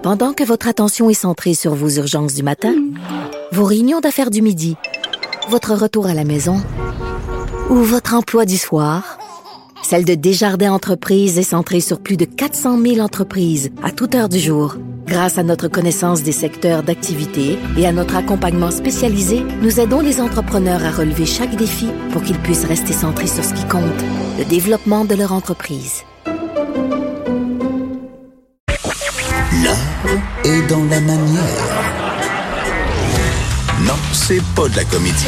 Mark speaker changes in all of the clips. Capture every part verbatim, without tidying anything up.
Speaker 1: Pendant que votre attention est centrée sur vos urgences du matin, vos réunions d'affaires du midi, votre retour à la maison ou votre emploi du soir, celle de Desjardins Entreprises est centrée sur plus de quatre cent mille entreprises à toute heure du jour. Grâce à notre connaissance des secteurs d'activité et à notre accompagnement spécialisé, nous aidons les entrepreneurs à relever chaque défi pour qu'ils puissent rester centrés sur ce qui compte, le développement de leur entreprise.
Speaker 2: L'art est dans la manière. Non, c'est pas de la comédie.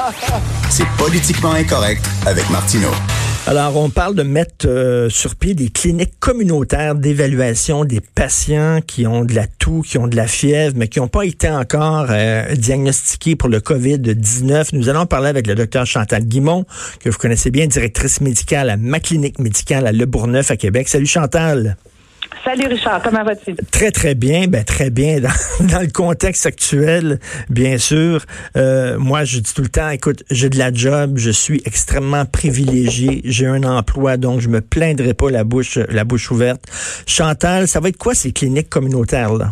Speaker 2: C'est Politiquement Incorrect avec Martineau.
Speaker 3: Alors, on parle de mettre euh, sur pied des cliniques communautaires d'évaluation des patients qui ont de la toux, qui ont de la fièvre, mais qui n'ont pas été encore euh, diagnostiqués pour le covid dix-neuf. Nous allons parler avec le docteur Chantal Guimond, que vous connaissez bien, directrice médicale à ma clinique médicale à Le Bourgneuf à Québec. Salut Chantal.
Speaker 4: Salut Richard, comment vas-tu?
Speaker 3: Très, très bien, ben très bien. Dans, dans le contexte actuel, bien sûr. Euh, moi, je dis tout le temps, écoute, j'ai de la job, je suis extrêmement privilégié, j'ai un emploi, donc je me plaindrai pas la bouche, la bouche ouverte. Chantal, ça va être quoi ces cliniques communautaires-là?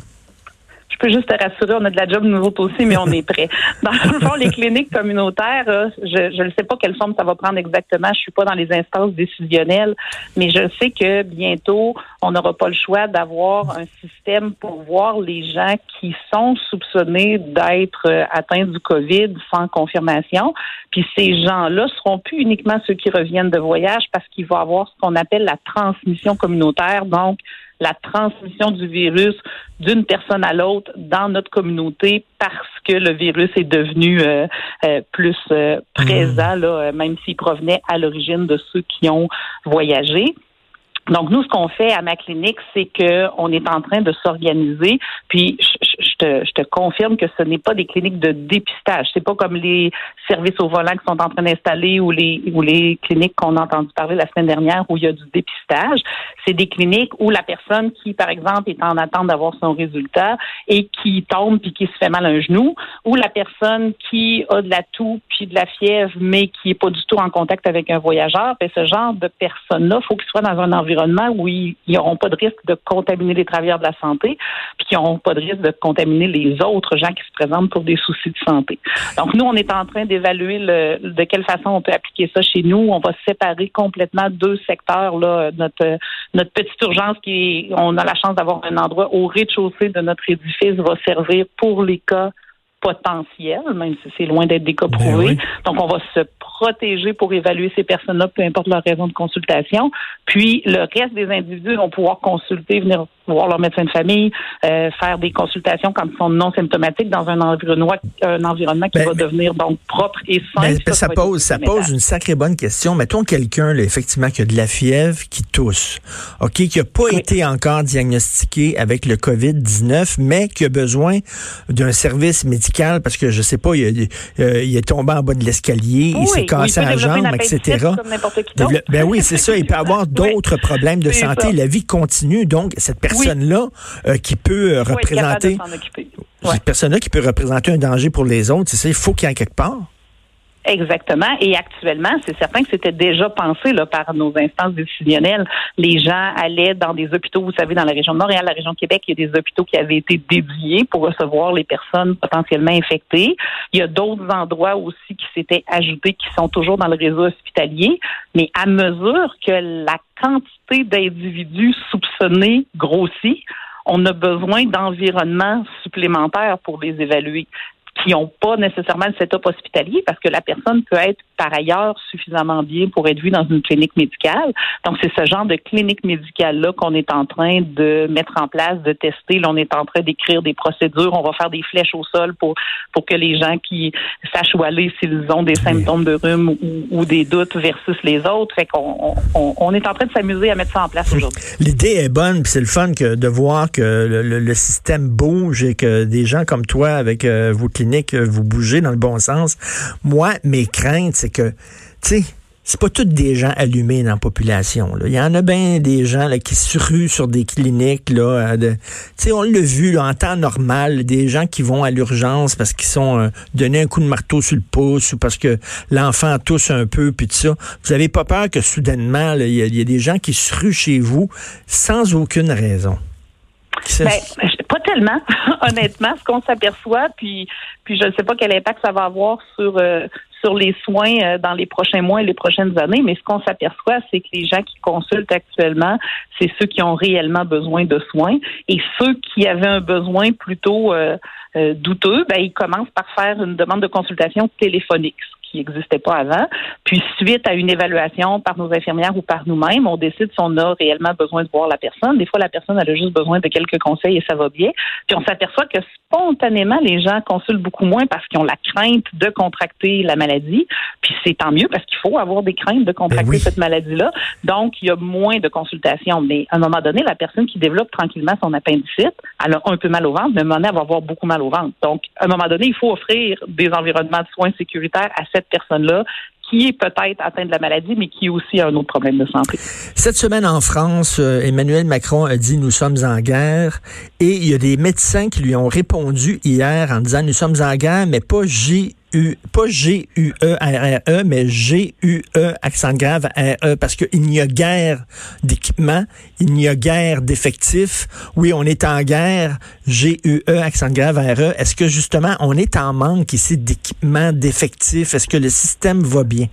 Speaker 4: Je peux juste te rassurer, on a de la job nous autres aussi, mais on est prêts. Dans le fond, les cliniques communautaires, je ne sais pas quelle forme ça va prendre exactement. Je suis pas dans les instances décisionnelles, mais je sais que bientôt, on n'aura pas le choix d'avoir un système pour voir les gens qui sont soupçonnés d'être atteints du COVID sans confirmation. Puis ces gens-là seront plus uniquement ceux qui reviennent de voyage parce qu'il va y avoir ce qu'on appelle la transmission communautaire, donc la transmission du virus d'une personne à l'autre dans notre communauté parce que le virus est devenu euh, euh, plus euh, présent, là, même s'il provenait à l'origine de ceux qui ont voyagé. Donc, nous, ce qu'on fait à ma clinique, c'est que on est en train de s'organiser. Puis, je, je, te, je te confirme que ce n'est pas des cliniques de dépistage. C'est pas comme les services au volant qui sont en train d'installer ou les ou les cliniques qu'on a entendu parler la semaine dernière où il y a du dépistage. C'est des cliniques où la personne qui, par exemple, est en attente d'avoir son résultat et qui tombe puis qui se fait mal à un genou, ou la personne qui a de la toux puis de la fièvre, mais qui est pas du tout en contact avec un voyageur, ben ce genre de personnes-là, il faut qu'ils soient dans un environnement où ils n'auront pas de risque de contaminer les travailleurs de la santé, puis qu'ils n'auront pas de risque de contaminer les autres gens qui se présentent pour des soucis de santé. Donc, nous, on est en train d'évaluer le, de quelle façon on peut appliquer ça chez nous. On va séparer complètement deux secteurs. Là, notre, notre petite urgence, qui est, on a la chance d'avoir un endroit au rez-de-chaussée de notre édifice, va servir pour les cas potentiels, même si c'est loin d'être des cas prouvés. Ben oui. Donc, on va se protéger pour évaluer ces personnes-là, peu importe leur raison de consultation. Puis, le reste des individus vont pouvoir consulter, venir voir leur médecin de famille, euh, faire des consultations quand ils sont non symptomatiques dans un environnement, un environnement qui ben, va mais, devenir donc propre et sain.
Speaker 3: Ben, ça, ça pose, ça pose une sacrée bonne question. Mettons quelqu'un, là, effectivement, qui a de la fièvre, qui tousse, ok, qui n'a pas oui. été encore diagnostiqué avec le covid dix-neuf, mais qui a besoin d'un service médical parce que, je sais pas, il, euh, il est tombé en bas de l'escalier, oui, il s'est cassé oui, la jambe, et cetera. Dévelop- ben oui, c'est ça. Il peut avoir d'autres oui. problèmes de c'est santé. Ça. La vie continue. Donc, cette personne-là oui. euh, qui peut euh, représenter...
Speaker 4: Ouais.
Speaker 3: Cette personne-là qui peut représenter un danger pour les autres, c'est ça, il faut qu'il y ait quelque part.
Speaker 4: Exactement. Et actuellement, c'est certain que c'était déjà pensé là, par nos instances décisionnelles. Les gens allaient dans des hôpitaux, vous savez, dans la région de Montréal, la région de Québec, il y a des hôpitaux qui avaient été dédiés pour recevoir les personnes potentiellement infectées. Il y a d'autres endroits aussi qui s'étaient ajoutés, qui sont toujours dans le réseau hospitalier. Mais à mesure que la quantité d'individus soupçonnés grossit, on a besoin d'environnements supplémentaires pour les évaluer, qui n'ont pas nécessairement le setup hospitalier parce que la personne peut être par ailleurs suffisamment bien pour être vue dans une clinique médicale. Donc, c'est ce genre de clinique médicale-là qu'on est en train de mettre en place, de tester. Là, on est en train d'écrire des procédures. On va faire des flèches au sol pour pour que les gens qui sachent où aller s'ils ont des symptômes de rhume ou, ou des doutes versus les autres. Fait qu'on on, on est en train de s'amuser à mettre ça en place aujourd'hui.
Speaker 3: L'idée est bonne, puis c'est le fun que de voir que le, le, le système bouge et que des gens comme toi, avec euh, vos cliniques, vous bougez dans le bon sens. Moi, mes craintes, c'est que, tu sais, c'est pas tous des gens allumés dans la population. Là. Il y en a bien des gens là, qui se ruent sur des cliniques. Là, de, tu sais, on l'a vu là, en temps normal, des gens qui vont à l'urgence parce qu'ils sont euh, donnés un coup de marteau sur le pouce ou parce que l'enfant tousse un peu, puis tout ça. Vous avez pas peur que soudainement, il y, y a des gens qui se ruent chez vous sans aucune raison?
Speaker 4: Ben, pas tellement, honnêtement, ce qu'on s'aperçoit, puis puis je ne sais pas quel impact ça va avoir sur euh, sur les soins euh, dans les prochains mois et les prochaines années, mais ce qu'on s'aperçoit, c'est que les gens qui consultent actuellement, c'est ceux qui ont réellement besoin de soins, et ceux qui avaient un besoin plutôt euh, euh, douteux, ben ils commencent par faire une demande de consultation téléphonique, qui n'existait pas avant. Puis, suite à une évaluation par nos infirmières ou par nous-mêmes, on décide si on a réellement besoin de voir la personne. Des fois, la personne elle a juste besoin de quelques conseils et ça va bien. Puis, on s'aperçoit que spontanément, les gens consultent beaucoup moins parce qu'ils ont la crainte de contracter la maladie. Puis, c'est tant mieux parce qu'il faut avoir des craintes de contracter ben oui. cette maladie-là. Donc, il y a moins de consultations. Mais à un moment donné, la personne qui développe tranquillement son appendicite, elle a un peu mal au ventre, mais à un moment donné, elle va avoir beaucoup mal au ventre. Donc, à un moment donné, il faut offrir des environnements de soins sécuritaires à cette personne-là qui est peut-être atteinte de la maladie, mais qui aussi a un autre problème de santé.
Speaker 3: Cette semaine en France, euh, Emmanuel Macron a dit « Nous sommes en guerre » et il y a des médecins qui lui ont répondu hier en disant « Nous sommes en guerre, mais pas J U, pas G U E R R E, mais G U E, accent grave, R E, parce qu'il n'y a guère d'équipement, il n'y a guère d'effectifs. Oui, on est en guerre, G U E, accent grave, R E. Est-ce que justement, on est en manque ici d'équipement, d'effectifs? Est-ce que le système va bien?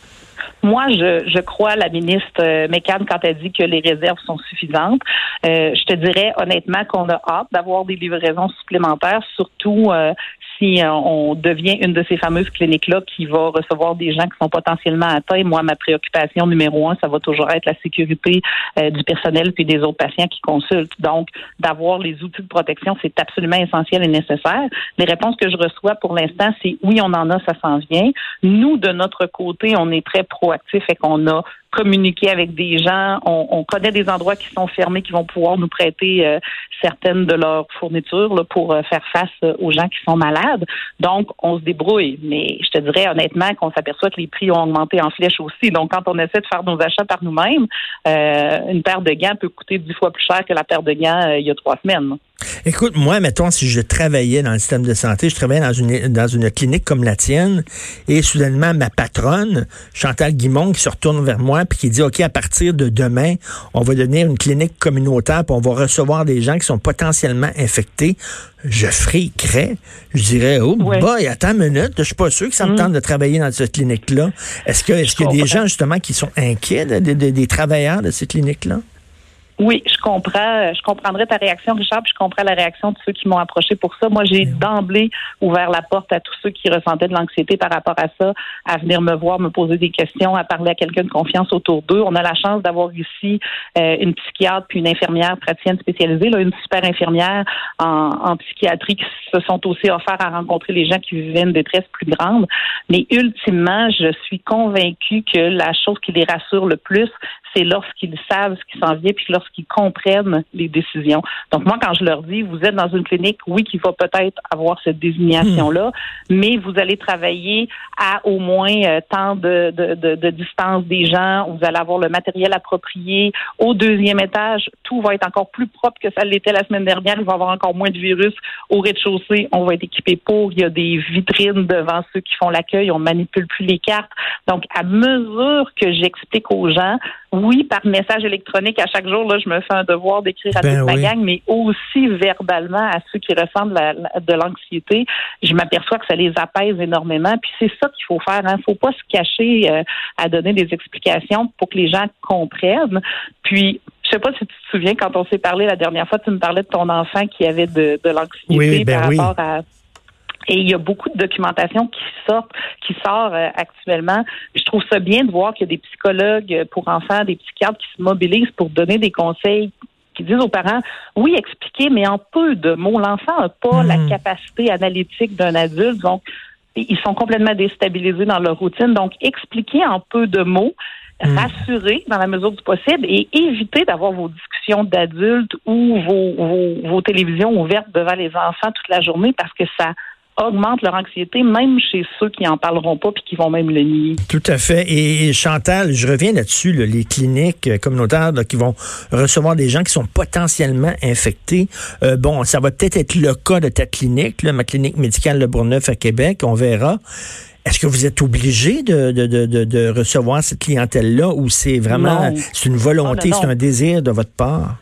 Speaker 4: Moi, je, je crois à la ministre euh, Mécan quand elle dit que les réserves sont suffisantes. Euh, je te dirais honnêtement qu'on a hâte d'avoir des livraisons supplémentaires, surtout euh, si euh, on devient une de ces fameuses cliniques-là qui va recevoir des gens qui sont potentiellement atteints. Moi, ma préoccupation numéro un, ça va toujours être la sécurité euh, du personnel puis des autres patients qui consultent. Donc, d'avoir les outils de protection, c'est absolument essentiel et nécessaire. Les réponses que je reçois pour l'instant, c'est oui, on en a, ça s'en vient. Nous, de notre côté, on est très proactifs et qu'on a communiquer avec des gens. On, on connaît des endroits qui sont fermés, qui vont pouvoir nous prêter euh, certaines de leurs fournitures là, pour euh, faire face euh, aux gens qui sont malades. Donc, on se débrouille. Mais je te dirais honnêtement qu'on s'aperçoit que les prix ont augmenté en flèche aussi. Donc, quand on essaie de faire nos achats par nous-mêmes, euh, une paire de gants peut coûter dix fois plus cher que la paire de gants euh, il y a trois semaines. Là.
Speaker 3: Écoute, moi, mettons, si je travaillais dans le système de santé, je travaillais dans une dans une clinique comme la tienne, et soudainement, ma patronne, Chantal Guimond, qui se retourne vers moi puis qui dit, OK, à partir de demain, on va devenir une clinique communautaire puis on va recevoir des gens qui sont potentiellement infectés. Je friquerais. Je dirais, oh, ouais. boy, attends une minute, je suis pas sûr que ça me mmh. tente de travailler dans cette clinique-là. Est-ce que, est-ce qu'il y a des gens, justement, qui sont inquiets de, de, de, des travailleurs de ces cliniques-là?
Speaker 4: Oui, je comprends. Je comprendrais ta réaction, Richard, puis je comprends la réaction de ceux qui m'ont approché pour ça. Moi, j'ai d'emblée ouvert la porte à tous ceux qui ressentaient de l'anxiété par rapport à ça, à venir me voir, me poser des questions, à parler à quelqu'un de confiance autour d'eux. On a la chance d'avoir ici euh, une psychiatre puis une infirmière praticienne spécialisée, là, une super infirmière en, en psychiatrie qui se sont aussi offerts à rencontrer les gens qui vivaient une détresse plus grande. Mais ultimement, je suis convaincue que la chose qui les rassure le plus, c'est lorsqu'ils savent ce qui s'en vient puis lorsqu'ils comprennent les décisions. Donc, moi, quand je leur dis, vous êtes dans une clinique, oui, qui va peut-être avoir cette désignation-là, mmh. mais vous allez travailler à au moins euh, tant de, de, de, de distance des gens, vous allez avoir le matériel approprié. Au deuxième étage, tout va être encore plus propre que ça l'était la semaine dernière. Il va y avoir encore moins de virus. Au rez-de-chaussée, on va être équipé pour. Il y a des vitrines devant ceux qui font l'accueil. On manipule plus les cartes. Donc, à mesure que j'explique aux gens, oui, par message électronique, à chaque jour, là, je me fais un devoir d'écrire à ben toute oui. ma gang, mais aussi verbalement à ceux qui ressentent la, la, de l'anxiété. Je m'aperçois que ça les apaise énormément. Puis c'est ça qu'il faut faire. Il hein. ne faut pas se cacher euh, à donner des explications pour que les gens comprennent. Puis, je sais pas si tu te souviens, quand on s'est parlé la dernière fois, tu me parlais de ton enfant qui avait de, de l'anxiété
Speaker 3: oui, ben
Speaker 4: par
Speaker 3: oui.
Speaker 4: rapport à... Et il y a beaucoup de documentation qui sort, qui sort euh, actuellement. Je trouve ça bien de voir qu'il y a des psychologues pour enfants, des psychiatres qui se mobilisent pour donner des conseils, qui disent aux parents, oui, expliquer, mais en peu de mots. L'enfant n'a pas mmh. la capacité analytique d'un adulte, donc ils sont complètement déstabilisés dans leur routine. Donc, expliquer en peu de mots, Mmh. rassurer dans la mesure du possible et éviter d'avoir vos discussions d'adultes ou vos, vos, vos télévisions ouvertes devant les enfants toute la journée parce que ça augmente leur anxiété, même chez ceux qui en parleront pas puis qui vont même le nier.
Speaker 3: Tout à fait. Et, et Chantal, je reviens là-dessus, là, les cliniques communautaires là, qui vont recevoir des gens qui sont potentiellement infectés. Euh, bon, ça va peut-être être le cas de ta clinique, là, ma clinique médicale Le Bourgneuf à Québec, on verra. Est-ce que vous êtes obligé de, de, de, de, de recevoir cette clientèle-là ou c'est vraiment, non. c'est une volonté, oh, non, non. c'est un désir de votre part?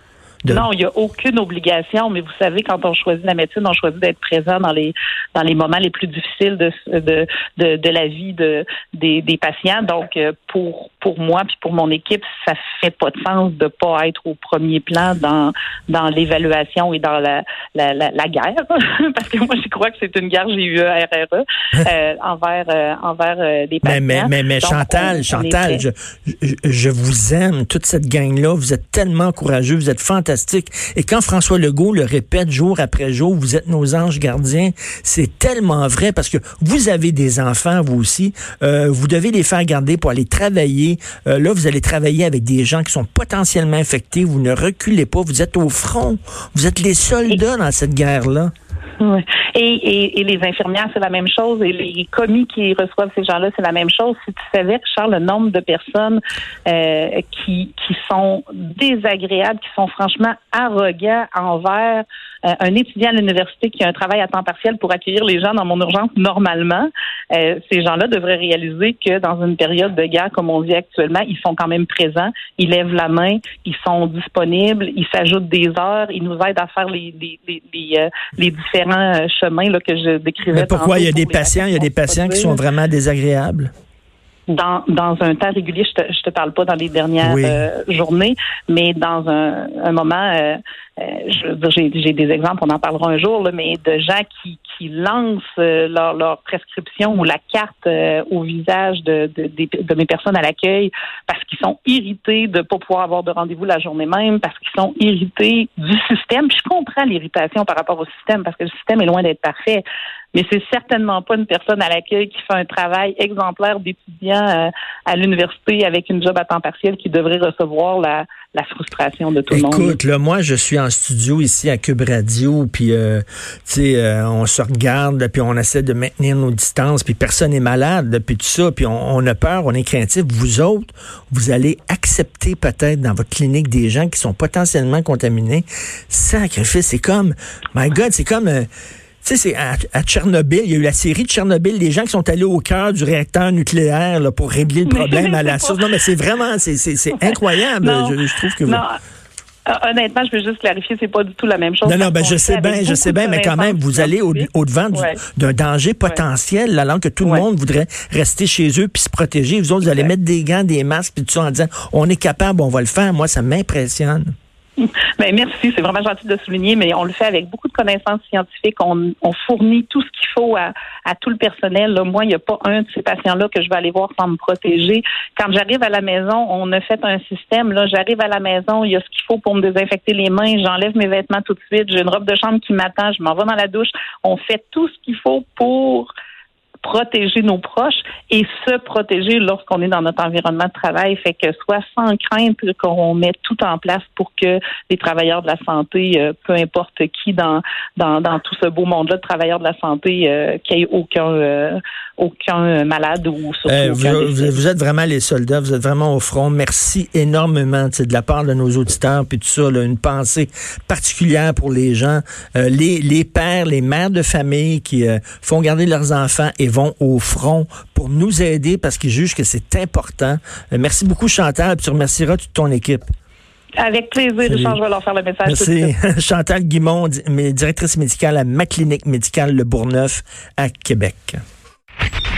Speaker 3: De...
Speaker 4: Non, il n'y a aucune obligation, mais vous savez, quand on choisit la médecine, on choisit d'être présent dans les dans les moments les plus difficiles de de de, de la vie de des, des patients. Donc, pour pour moi puis pour mon équipe, ça fait pas de sens de pas être au premier plan dans dans l'évaluation et dans la la, la, la guerre, parce que moi, je crois que c'est une guerre G U E R R E euh, envers euh, envers euh, des patients.
Speaker 3: Mais mais mais, mais
Speaker 4: Donc,
Speaker 3: Chantal,
Speaker 4: on,
Speaker 3: Chantal,
Speaker 4: on
Speaker 3: je, je je vous aime, toute cette gang-là. Vous êtes tellement courageux, vous êtes fantastique. Et quand François Legault le répète jour après jour, vous êtes nos anges gardiens, c'est tellement vrai parce que vous avez des enfants, vous aussi. Euh, vous devez les faire garder pour aller travailler. Euh, là, vous allez travailler avec des gens qui sont potentiellement infectés. Vous ne reculez pas. Vous êtes au front. Vous êtes les soldats dans cette guerre-là.
Speaker 4: Oui. Et, et, et les infirmières, c'est la même chose. Et les commis qui reçoivent ces gens-là, c'est la même chose. Si tu savais, Richard, le nombre de personnes euh, qui, qui sont désagréables, qui sont franchement arrogants envers euh, un étudiant à l'université qui a un travail à temps partiel pour accueillir les gens dans mon urgence normalement, euh, ces gens-là devraient réaliser que dans une période de guerre comme on vit actuellement, ils sont quand même présents, ils lèvent la main, ils sont disponibles, ils s'ajoutent des heures, ils nous aident à faire les, les, les, les, euh, les différents chemins là, que je décrivais.
Speaker 3: Mais pourquoi il y a des patients, il y a des patients qui sont vraiment désagréables?
Speaker 4: Dans, dans un temps régulier, je te, je te parle pas dans les dernières oui. euh, journées, mais dans un, un moment, euh, euh, je veux dire, j'ai, j'ai des exemples, on en parlera un jour, là, mais de gens qui, qui lancent euh, leur, leur prescription ou la carte euh, au visage de, de, de, de mes personnes à l'accueil parce qu'ils sont irrités de ne pas pouvoir avoir de rendez-vous la journée même, parce qu'ils sont irrités du système. Puis je comprends l'irritation par rapport au système, parce que le système est loin d'être parfait. Mais c'est certainement pas une personne à l'accueil qui fait un travail exemplaire d'étudiant euh, à l'université avec une job à temps partiel qui devrait recevoir la, la frustration de tout
Speaker 3: Écoute,
Speaker 4: le monde.
Speaker 3: Écoute, là, moi, je suis en studio ici à Cube Radio, puis, euh, tu sais, euh, on se regarde, puis on essaie de maintenir nos distances, puis personne n'est malade, puis tout ça, puis on, on a peur, on est craintif. Vous autres, vous allez accepter peut-être dans votre clinique des gens qui sont potentiellement contaminés. Sacrifice, c'est comme, my God, c'est comme... Euh, tu sais, c'est à, à Tchernobyl, il y a eu la série de Tchernobyl, des gens qui sont allés au cœur du réacteur nucléaire là, pour régler le problème à la source. Non, mais c'est vraiment, c'est, c'est, c'est incroyable.
Speaker 4: Non,
Speaker 3: je, je trouve que...
Speaker 4: Non. Honnêtement, je veux juste clarifier, c'est pas du tout la même chose.
Speaker 3: Non, non, ben je sais bien, je sais bien, mais quand même, vous allez au, au-devant du, ouais. d'un danger potentiel, ouais. alors que tout le ouais. monde voudrait rester chez eux puis se protéger. Vous autres, vous allez mettre des gants, des masques, puis tout ça en disant, on est capable, on va le faire. Moi, ça m'impressionne.
Speaker 4: Ben, merci, c'est vraiment gentil de souligner, mais on le fait avec beaucoup de connaissances scientifiques. On, on fournit tout ce qu'il faut à, à tout le personnel. Là, moi, il n'y a pas un de ces patients-là que je vais aller voir sans me protéger. Quand j'arrive à la maison, on a fait un système. Là, j'arrive à la maison, il y a ce qu'il faut pour me désinfecter les mains. J'enlève mes vêtements tout de suite. J'ai une robe de chambre qui m'attend. Je m'en vais dans la douche. On fait tout ce qu'il faut pour protéger nos proches et se protéger lorsqu'on est dans notre environnement de travail. Fait que soit sans crainte qu'on met tout en place pour que les travailleurs de la santé, euh, peu importe qui dans, dans dans tout ce beau monde-là de travailleurs de la santé, euh, qu'il n'y ait aucun euh, aucun malade ou surtout
Speaker 3: euh,
Speaker 4: aucun
Speaker 3: vous, vous, vous êtes vraiment les soldats, vous êtes vraiment au front. Merci énormément de la part de nos auditeurs puis tout ça, là, une pensée particulière pour les gens, euh, les, les pères, les mères de famille qui euh, font garder leurs enfants et vont au front pour nous aider parce qu'ils jugent que c'est important. Euh, merci beaucoup, Chantal, puis tu remercieras toute ton équipe.
Speaker 4: Avec plaisir, Richard, je vais leur faire le message.
Speaker 3: Merci. Tout de suite. Chantal Guimond, directrice médicale à ma clinique médicale Le Bourgneuf à Québec.